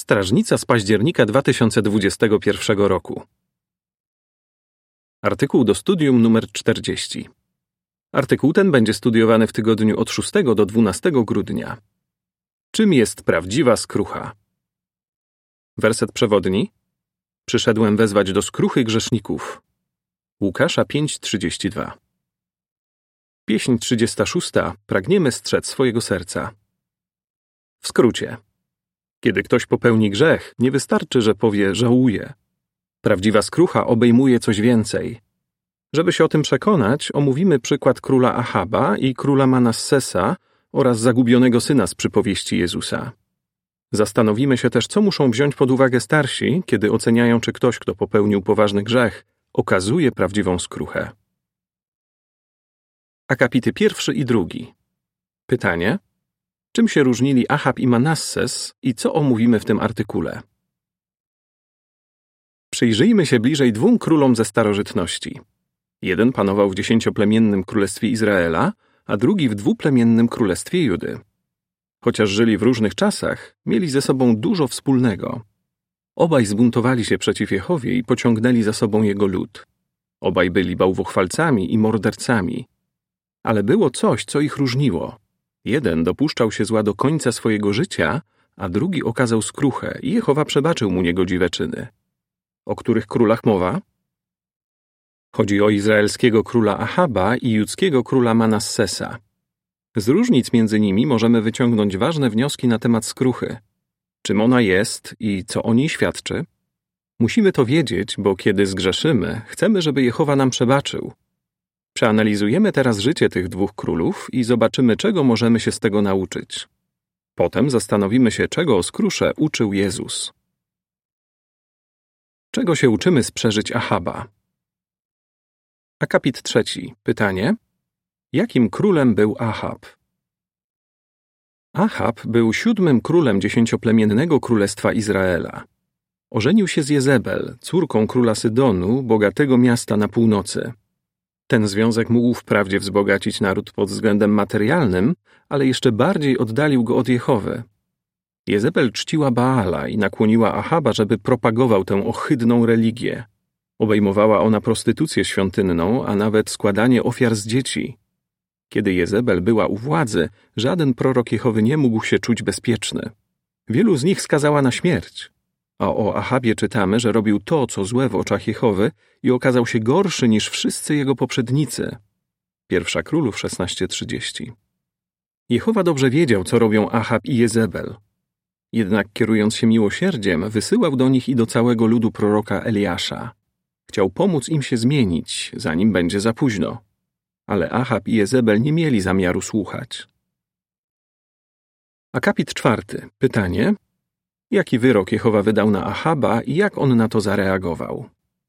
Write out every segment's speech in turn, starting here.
Strażnica z października 2021 roku. Artykuł do studium numer 40. Artykuł ten będzie studiowany w tygodniu od 6 do 12 grudnia. Czym jest prawdziwa skrucha? Werset przewodni. Przyszedłem wezwać do skruchy grzeszników. Łukasza 5:32. Pieśń 36. Pragniemy strzec swojego serca. W skrócie. Kiedy ktoś popełni grzech, nie wystarczy, że powie żałuję. Prawdziwa skrucha obejmuje coś więcej. Żeby się o tym przekonać, omówimy przykład króla Ahaba i króla Manassesa oraz zagubionego syna z przypowieści Jezusa. Zastanowimy się też, co muszą wziąć pod uwagę starsi, kiedy oceniają, czy ktoś, kto popełnił poważny grzech, okazuje prawdziwą skruchę. Akapity 1 i 2. Pytanie: czym się różnili Ahab i Manasses i co omówimy w tym artykule? Przyjrzyjmy się bliżej dwóm królom ze starożytności. Jeden panował w 10-plemiennym królestwie Izraela, a drugi w 2-plemiennym królestwie Judy. Chociaż żyli w różnych czasach, mieli ze sobą dużo wspólnego. Obaj zbuntowali się przeciw Jehowie i pociągnęli za sobą jego lud. Obaj byli bałwochwalcami i mordercami. Ale było coś, co ich różniło. Jeden dopuszczał się zła do końca swojego życia, a drugi okazał skruchę i Jehowa przebaczył mu niegodziwe czyny. O których królach mowa? Chodzi o izraelskiego króla Ahaba i judzkiego króla Manassesa. Z różnic między nimi możemy wyciągnąć ważne wnioski na temat skruchy. Czym ona jest i co o niej świadczy? Musimy to wiedzieć, bo kiedy zgrzeszymy, chcemy, żeby Jehowa nam przebaczył. Przeanalizujemy teraz życie tych dwóch królów i zobaczymy, czego możemy się z tego nauczyć. Potem zastanowimy się, czego o skrusze uczył Jezus. Czego się uczymy z przeżyć Ahaba? Akapit 3. Pytanie: jakim królem był Ahab? Ahab był 7. królem 10-plemiennego królestwa Izraela. Ożenił się z Jezebel, córką króla Sydonu, bogatego miasta na północy. Ten związek mógł wprawdzie wzbogacić naród pod względem materialnym, ale jeszcze bardziej oddalił go od Jehowy. Jezebel czciła Baala i nakłoniła Ahaba, żeby propagował tę ohydną religię. Obejmowała ona prostytucję świątynną, a nawet składanie ofiar z dzieci. Kiedy Jezebel była u władzy, żaden prorok Jehowy nie mógł się czuć bezpieczny. Wielu z nich skazała na śmierć. A o Ahabie czytamy, że robił to, co złe w oczach Jehowy i okazał się gorszy niż wszyscy jego poprzednicy. 1 Królów 16:30. Jehowa dobrze wiedział, co robią Ahab i Jezebel. Jednak kierując się miłosierdziem, wysyłał do nich i do całego ludu proroka Eliasza. Chciał pomóc im się zmienić, zanim będzie za późno. Ale Ahab i Jezebel nie mieli zamiaru słuchać. Akapit 4. Pytanie: jaki wyrok Jehowa wydał na Ahaba i jak on na to zareagował?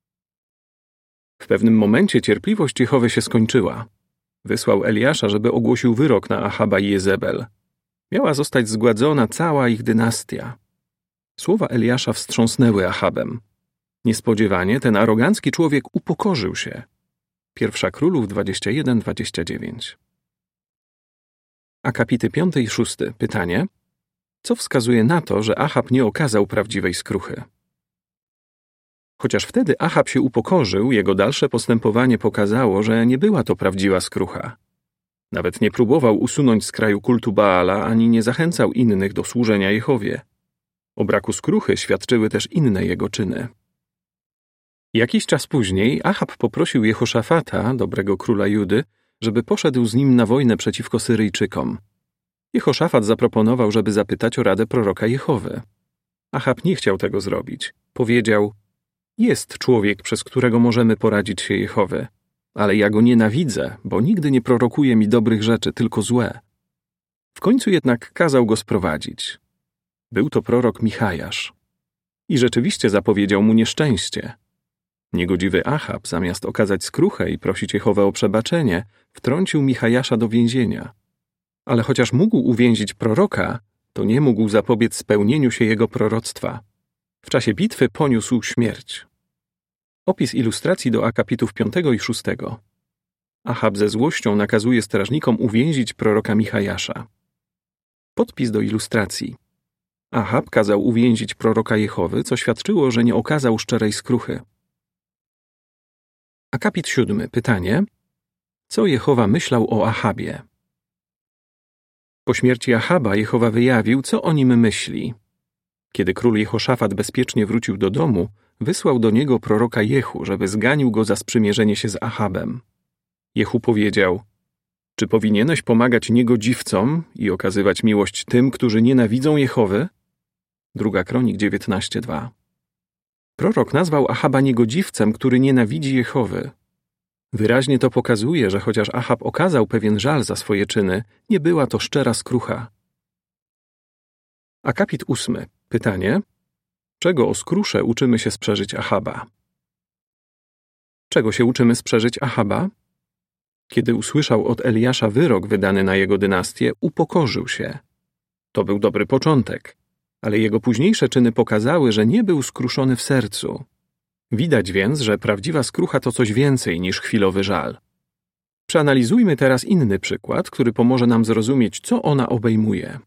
W pewnym momencie cierpliwość Jehowy się skończyła. Wysłał Eliasza, żeby ogłosił wyrok na Ahaba i Jezebel. Miała zostać zgładzona cała ich dynastia. Słowa Eliasza wstrząsnęły Ahabem. Niespodziewanie ten arogancki człowiek upokorzył się. 1 Królów 21:29. Akapity 5 i 6. Pytanie: co wskazuje na to, że Ahab nie okazał prawdziwej skruchy? Chociaż wtedy Ahab się upokorzył, jego dalsze postępowanie pokazało, że nie była to prawdziwa skrucha. Nawet nie próbował usunąć z kraju kultu Baala, ani nie zachęcał innych do służenia Jehowie. O braku skruchy świadczyły też inne jego czyny. Jakiś czas później Ahab poprosił Jehoszafata, dobrego króla Judy, żeby poszedł z nim na wojnę przeciwko Syryjczykom. Jehoszafat zaproponował, żeby zapytać o radę proroka Jehowy. Ahab nie chciał tego zrobić. Powiedział: jest człowiek, przez którego możemy poradzić się Jehowy, ale ja go nienawidzę, bo nigdy nie prorokuje mi dobrych rzeczy, tylko złe. W końcu jednak kazał go sprowadzić. Był to prorok Michajasz. I rzeczywiście zapowiedział mu nieszczęście. Niegodziwy Ahab, zamiast okazać skruchę i prosić Jehowę o przebaczenie, wtrącił Michajasza do więzienia. Ale chociaż mógł uwięzić proroka, to nie mógł zapobiec spełnieniu się jego proroctwa. W czasie bitwy poniósł śmierć. Opis ilustracji do akapitów 5 i 6. Ahab ze złością nakazuje strażnikom uwięzić proroka Michajasza. Podpis do ilustracji. Ahab kazał uwięzić proroka Jehowy, co świadczyło, że nie okazał szczerej skruchy. Akapit 7. Pytanie: co Jehowa myślał o Ahabie? Po śmierci Ahaba Jehowa wyjawił, co o nim myśli. Kiedy król Jehoszafat bezpiecznie wrócił do domu, wysłał do niego proroka Jehu, żeby zganił go za sprzymierzenie się z Ahabem. Jehu powiedział: czy powinieneś pomagać niegodziwcom i okazywać miłość tym, którzy nienawidzą Jehowy? 2 Kronik 19:2. Prorok nazwał Ahaba niegodziwcem, który nienawidzi Jehowy. Wyraźnie to pokazuje, że chociaż Ahab okazał pewien żal za swoje czyny, nie była to szczera skrucha. Akapit 8. Pytanie: czego o skrusze uczymy się z przeżyć Ahaba? Czego się uczymy z przeżyć Ahaba? Kiedy usłyszał od Eliasza wyrok wydany na jego dynastię, upokorzył się. To był dobry początek, ale jego późniejsze czyny pokazały, że nie był skruszony w sercu. Widać więc, że prawdziwa skrucha to coś więcej niż chwilowy żal. Przeanalizujmy teraz inny przykład, który pomoże nam zrozumieć, co ona obejmuje.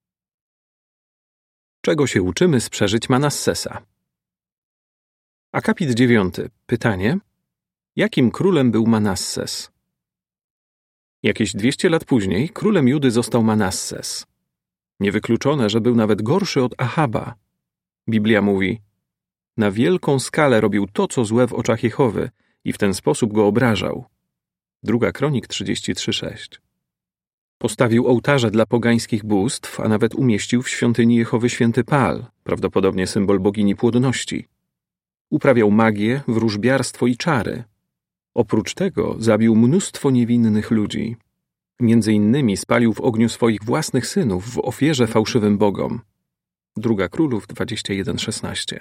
Czego się uczymy z przeżyć Manassesa? Akapit 9. Pytanie: jakim królem był Manasses? Jakieś 200 lat później królem Judy został Manasses. Niewykluczone, że był nawet gorszy od Ahaba. Biblia mówi: na wielką skalę robił to, co złe w oczach Jehowy i w ten sposób go obrażał. 2 Kronik 33:6. Postawił ołtarze dla pogańskich bóstw, a nawet umieścił w świątyni Jehowy święty Pal, prawdopodobnie symbol bogini płodności. Uprawiał magię, wróżbiarstwo i czary. Oprócz tego zabił mnóstwo niewinnych ludzi. Między innymi spalił w ogniu swoich własnych synów w ofierze fałszywym bogom. 2 Królów 21:16.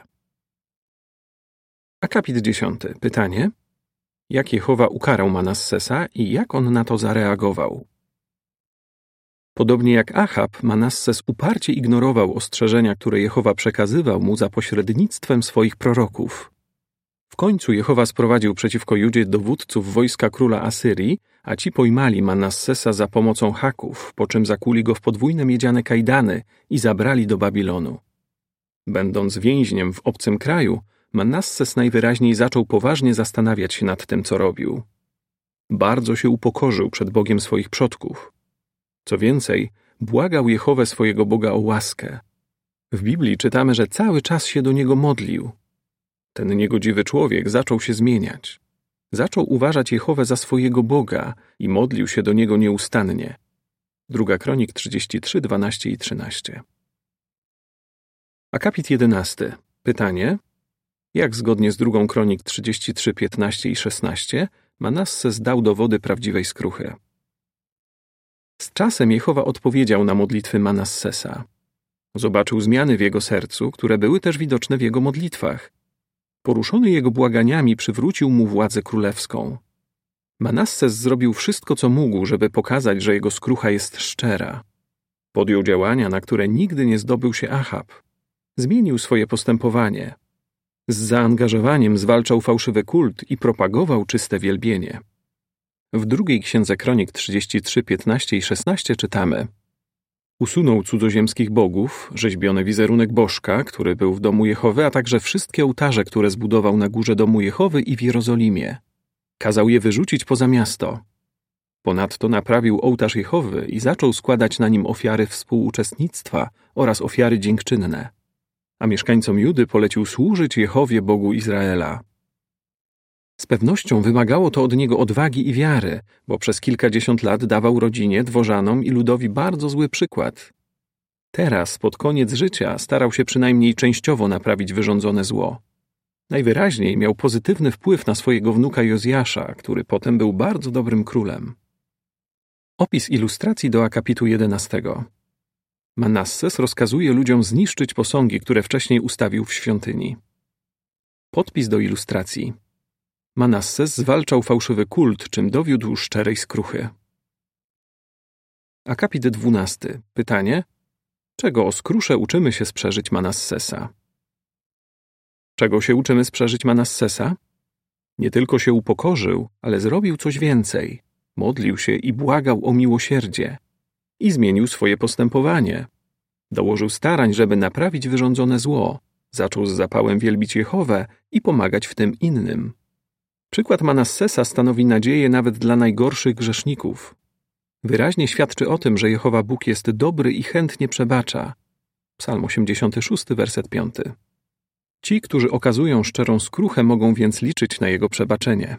Akapit 10. Pytanie: jak Jehowa ukarał Manassesa i jak on na to zareagował? Podobnie jak Ahab, Manasses uparcie ignorował ostrzeżenia, które Jehowa przekazywał mu za pośrednictwem swoich proroków. W końcu Jehowa sprowadził przeciwko Judzie dowódców wojska króla Asyrii, a ci pojmali Manassesa za pomocą haków, po czym zakuli go w podwójne miedziane kajdany i zabrali do Babilonu. Będąc więźniem w obcym kraju, Manasses najwyraźniej zaczął poważnie zastanawiać się nad tym, co robił. Bardzo się upokorzył przed Bogiem swoich przodków. Co więcej, błagał Jehowę swojego Boga o łaskę. W Biblii czytamy, że cały czas się do Niego modlił. Ten niegodziwy człowiek zaczął się zmieniać. Zaczął uważać Jehowę za swojego Boga i modlił się do Niego nieustannie. 2 Kronik 33, 12 i 13. Akapit 11. Pytanie: jak zgodnie z 2 Kronik 33, 15 i 16 Manasses dał dowody prawdziwej skruchy? Z czasem Jehowa odpowiedział na modlitwy Manassesa. Zobaczył zmiany w jego sercu, które były też widoczne w jego modlitwach. Poruszony jego błaganiami przywrócił mu władzę królewską. Manasses zrobił wszystko, co mógł, żeby pokazać, że jego skrucha jest szczera. Podjął działania, na które nigdy nie zdobył się Ahab. Zmienił swoje postępowanie. Z zaangażowaniem zwalczał fałszywy kult i propagował czyste wielbienie. W drugiej księdze Kronik 33, 15 i 16 czytamy: usunął cudzoziemskich bogów, rzeźbiony wizerunek bożka, który był w domu Jehowy, a także wszystkie ołtarze, które zbudował na górze domu Jehowy i w Jerozolimie. Kazał je wyrzucić poza miasto. Ponadto naprawił ołtarz Jehowy i zaczął składać na nim ofiary współuczestnictwa oraz ofiary dziękczynne. A mieszkańcom Judy polecił służyć Jehowie, Bogu Izraela. Z pewnością wymagało to od niego odwagi i wiary, bo przez kilkadziesiąt lat dawał rodzinie, dworzanom i ludowi bardzo zły przykład. Teraz, pod koniec życia, starał się przynajmniej częściowo naprawić wyrządzone zło. Najwyraźniej miał pozytywny wpływ na swojego wnuka Jozjasza, który potem był bardzo dobrym królem. Opis ilustracji do akapitu 11. Manasses rozkazuje ludziom zniszczyć posągi, które wcześniej ustawił w świątyni. Podpis do ilustracji. Manasses zwalczał fałszywy kult, czym dowiódł szczerej skruchy. Akapit 12. Pytanie: czego o skrusze uczymy się z przeżyć Manassesa? Czego się uczymy z przeżyć Manassesa? Nie tylko się upokorzył, ale zrobił coś więcej. Modlił się i błagał o miłosierdzie. I zmienił swoje postępowanie. Dołożył starań, żeby naprawić wyrządzone zło. Zaczął z zapałem wielbić Jehowę i pomagać w tym innym. Przykład Manassesa stanowi nadzieję nawet dla najgorszych grzeszników. Wyraźnie świadczy o tym, że Jehowa Bóg jest dobry i chętnie przebacza. Psalm 86, werset 5. Ci, którzy okazują szczerą skruchę, mogą więc liczyć na Jego przebaczenie.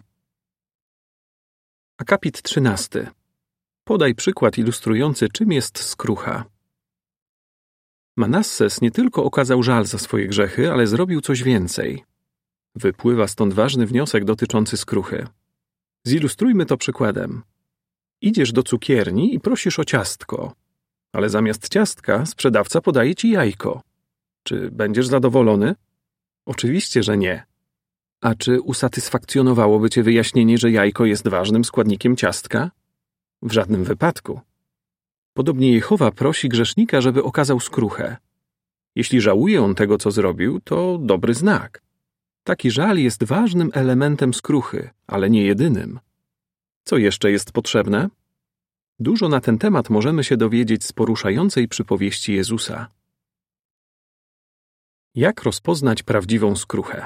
Akapit 13. Podaj przykład ilustrujący, czym jest skrucha. Manasses nie tylko okazał żal za swoje grzechy, ale zrobił coś więcej. Wypływa stąd ważny wniosek dotyczący skruchy. Zilustrujmy to przykładem. Idziesz do cukierni i prosisz o ciastko, ale zamiast ciastka sprzedawca podaje ci jajko. Czy będziesz zadowolony? Oczywiście, że nie. A czy usatysfakcjonowałoby cię wyjaśnienie, że jajko jest ważnym składnikiem ciastka? W żadnym wypadku. Podobnie Jehowa prosi grzesznika, żeby okazał skruchę. Jeśli żałuje on tego, co zrobił, to dobry znak. Taki żal jest ważnym elementem skruchy, ale nie jedynym. Co jeszcze jest potrzebne? Dużo na ten temat możemy się dowiedzieć z poruszającej przypowieści Jezusa. Jak rozpoznać prawdziwą skruchę?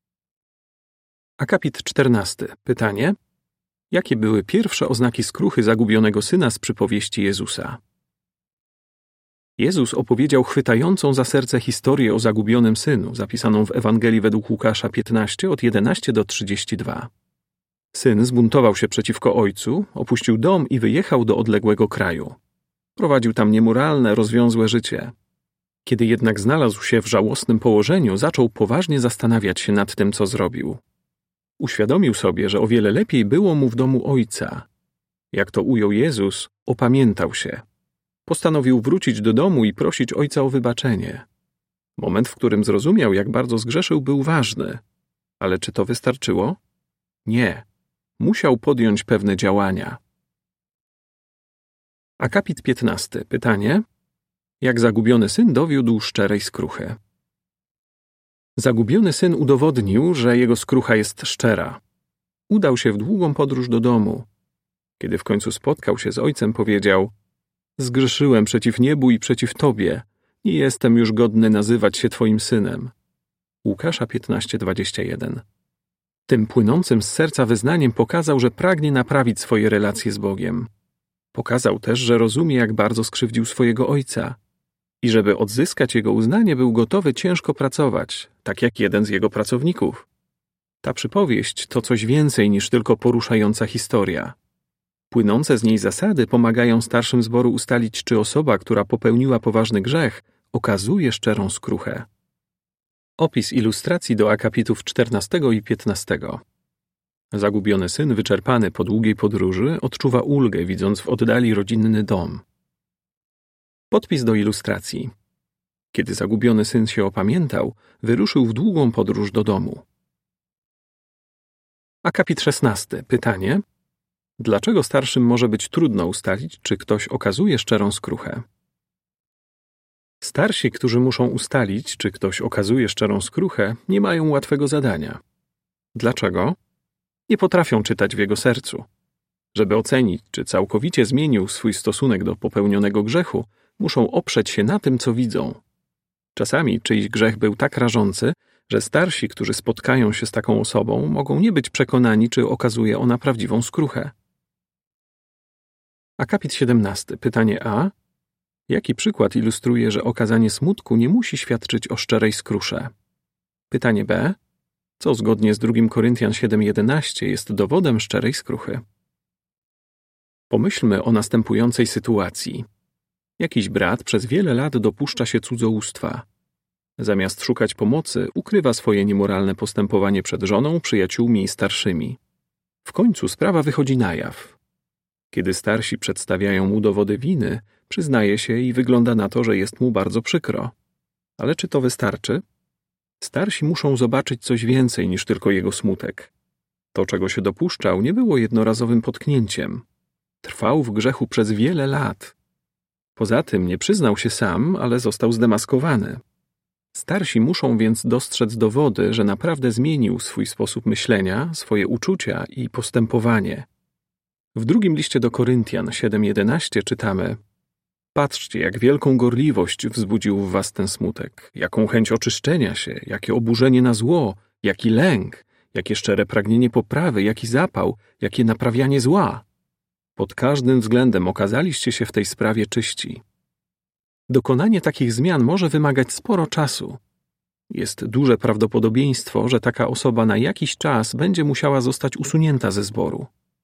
Akapit 14. Pytanie. Jakie były pierwsze oznaki skruchy zagubionego syna z przypowieści Jezusa? Jezus opowiedział chwytającą za serce historię o zagubionym synu, zapisaną w Ewangelii według Łukasza 15, od 11 do 32. Syn zbuntował się przeciwko ojcu, opuścił dom i wyjechał do odległego kraju. Prowadził tam niemoralne, rozwiązłe życie. Kiedy jednak znalazł się w żałosnym położeniu, zaczął poważnie zastanawiać się nad tym, co zrobił. Uświadomił sobie, że o wiele lepiej było mu w domu ojca. Jak to ujął Jezus, opamiętał się. Postanowił wrócić do domu i prosić ojca o wybaczenie. Moment, w którym zrozumiał, jak bardzo zgrzeszył, był ważny. Ale czy to wystarczyło? Nie. Musiał podjąć pewne działania. Akapit 15. Pytanie. Jak zagubiony syn dowiódł szczerej skruchy? Zagubiony syn udowodnił, że jego skrucha jest szczera. Udał się w długą podróż do domu. Kiedy w końcu spotkał się z ojcem, powiedział: zgrzeszyłem przeciw niebu i przeciw Tobie. Nie jestem już godny nazywać się Twoim synem. Łukasza 15:21. Tym płynącym z serca wyznaniem pokazał, że pragnie naprawić swoje relacje z Bogiem. Pokazał też, że rozumie, jak bardzo skrzywdził swojego ojca. I żeby odzyskać jego uznanie, był gotowy ciężko pracować, tak jak jeden z jego pracowników. Ta przypowieść to coś więcej niż tylko poruszająca historia. Płynące z niej zasady pomagają starszym zboru ustalić, czy osoba, która popełniła poważny grzech, okazuje szczerą skruchę. Opis ilustracji do akapitów 14 i 15. Zagubiony syn, wyczerpany po długiej podróży, odczuwa ulgę, widząc w oddali rodzinny dom. Podpis do ilustracji. Kiedy zagubiony syn się opamiętał, wyruszył w długą podróż do domu. Akapit 16. Pytanie. Dlaczego starszym może być trudno ustalić, czy ktoś okazuje szczerą skruchę? Starsi, którzy muszą ustalić, czy ktoś okazuje szczerą skruchę, nie mają łatwego zadania. Dlaczego? Nie potrafią czytać w jego sercu. Żeby ocenić, czy całkowicie zmienił swój stosunek do popełnionego grzechu, muszą oprzeć się na tym, co widzą. Czasami czyjś grzech był tak rażący, że starsi, którzy spotkają się z taką osobą, mogą nie być przekonani, czy okazuje ona prawdziwą skruchę. Akapit 17. Pytanie A. Jaki przykład ilustruje, że okazanie smutku nie musi świadczyć o szczerej skrusze? Pytanie B. Co zgodnie z 2 Koryntian 7:11 jest dowodem szczerej skruchy? Pomyślmy o następującej sytuacji. Jakiś brat przez wiele lat dopuszcza się cudzołóstwa. Zamiast szukać pomocy, ukrywa swoje niemoralne postępowanie przed żoną, przyjaciółmi i starszymi. W końcu sprawa wychodzi na jaw. Kiedy starsi przedstawiają mu dowody winy, przyznaje się i wygląda na to, że jest mu bardzo przykro. Ale czy to wystarczy? Starsi muszą zobaczyć coś więcej niż tylko jego smutek. To, czego się dopuszczał, nie było jednorazowym potknięciem. Trwał w grzechu przez wiele lat. Poza tym nie przyznał się sam, ale został zdemaskowany. Starsi muszą więc dostrzec dowody, że naprawdę zmienił swój sposób myślenia, swoje uczucia i postępowanie. W 2 liście do Koryntian 7:11 czytamy: patrzcie, jak wielką gorliwość wzbudził w was ten smutek, jaką chęć oczyszczenia się, jakie oburzenie na zło, jaki lęk, jakie szczere pragnienie poprawy, jaki zapał, jakie naprawianie zła. Pod każdym względem okazaliście się w tej sprawie czyści. Dokonanie takich zmian może wymagać sporo czasu. Jest duże prawdopodobieństwo, że taka osoba na jakiś czas będzie musiała zostać usunięta ze zboru.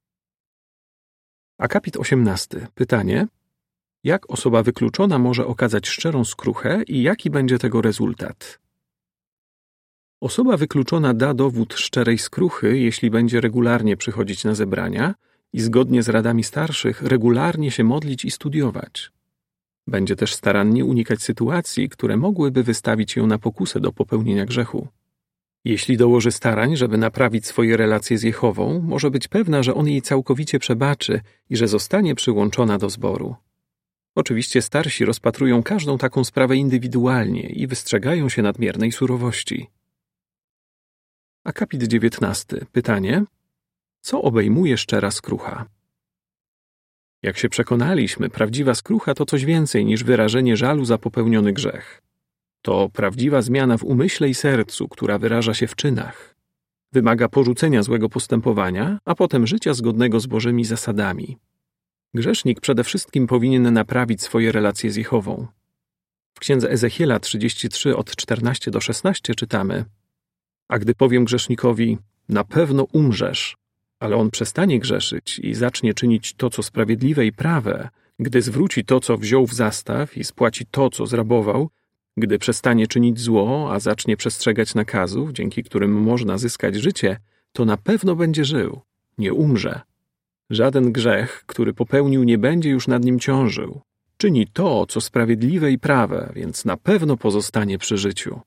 Akapit 18. Pytanie: jak osoba wykluczona może okazać szczerą skruchę i jaki będzie tego rezultat? Osoba wykluczona da dowód szczerej skruchy, jeśli będzie regularnie przychodzić na zebrania i zgodnie z radami starszych regularnie się modlić i studiować. Będzie też starannie unikać sytuacji, które mogłyby wystawić ją na pokusę do popełnienia grzechu. Jeśli dołoży starań, żeby naprawić swoje relacje z Jehową, może być pewna, że On jej całkowicie przebaczy i że zostanie przyłączona do zboru. Oczywiście starsi rozpatrują każdą taką sprawę indywidualnie i wystrzegają się nadmiernej surowości. Akapit 19. Pytanie: co obejmuje szczera skrucha? Jak się przekonaliśmy, prawdziwa skrucha to coś więcej niż wyrażenie żalu za popełniony grzech. To prawdziwa zmiana w umyśle i sercu, która wyraża się w czynach. Wymaga porzucenia złego postępowania, a potem życia zgodnego z Bożymi zasadami. Grzesznik przede wszystkim powinien naprawić swoje relacje z Jehową. W księdze Ezechiela 33 od 14 do 16 czytamy: a gdy powiem grzesznikowi, na pewno umrzesz, ale on przestanie grzeszyć i zacznie czynić to, co sprawiedliwe i prawe, gdy zwróci to, co wziął w zastaw i spłaci to, co zrabował, gdy przestanie czynić zło, a zacznie przestrzegać nakazów, dzięki którym można zyskać życie, to na pewno będzie żył, nie umrze. Żaden grzech, który popełnił, nie będzie już nad nim ciążył. Czyni to, co sprawiedliwe i prawe, więc na pewno pozostanie przy życiu.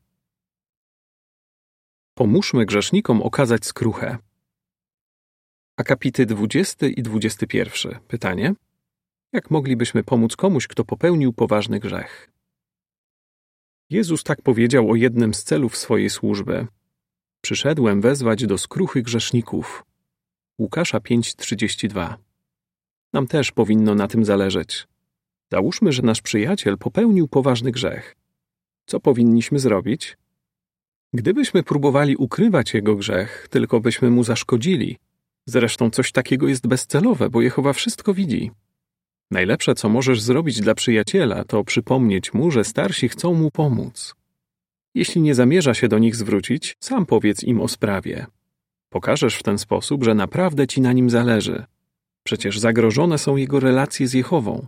Pomóżmy grzesznikom okazać skruchę. Akapity 20 i 21. Pytanie: jak moglibyśmy pomóc komuś, kto popełnił poważny grzech? Jezus tak powiedział o jednym z celów swojej służby: przyszedłem wezwać do skruchy grzeszników. Łukasza 5:32. Nam też powinno na tym zależeć. Załóżmy, że nasz przyjaciel popełnił poważny grzech. Co powinniśmy zrobić? Gdybyśmy próbowali ukrywać jego grzech, tylko byśmy mu zaszkodzili. Zresztą coś takiego jest bezcelowe, bo Jehowa wszystko widzi. Najlepsze, co możesz zrobić dla przyjaciela, to przypomnieć mu, że starsi chcą mu pomóc. Jeśli nie zamierza się do nich zwrócić, sam powiedz im o sprawie. Pokażesz w ten sposób, że naprawdę ci na nim zależy. Przecież zagrożone są jego relacje z Jehową.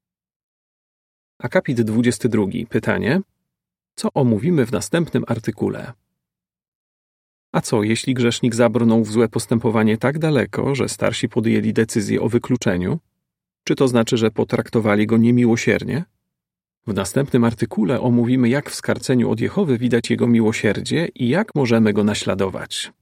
Akapit 22. Pytanie: co omówimy w następnym artykule? A co, jeśli grzesznik zabrnął w złe postępowanie tak daleko, że starsi podjęli decyzję o wykluczeniu? Czy to znaczy, że potraktowali go niemiłosiernie? W następnym artykule omówimy, jak w skarceniu od Jehowy widać jego miłosierdzie i jak możemy go naśladować.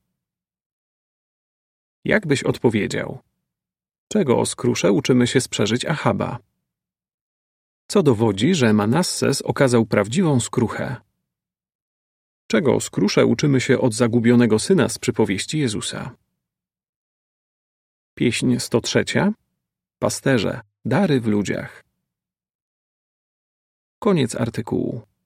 Jak byś odpowiedział? Czego o skrusze uczymy się z przeżyć Ahaba? Co dowodzi, że Manasses okazał prawdziwą skruchę? Czego o skrusze uczymy się od zagubionego syna z przypowieści Jezusa? Pieśń 103. Pasterze, dary w ludziach. Koniec artykułu.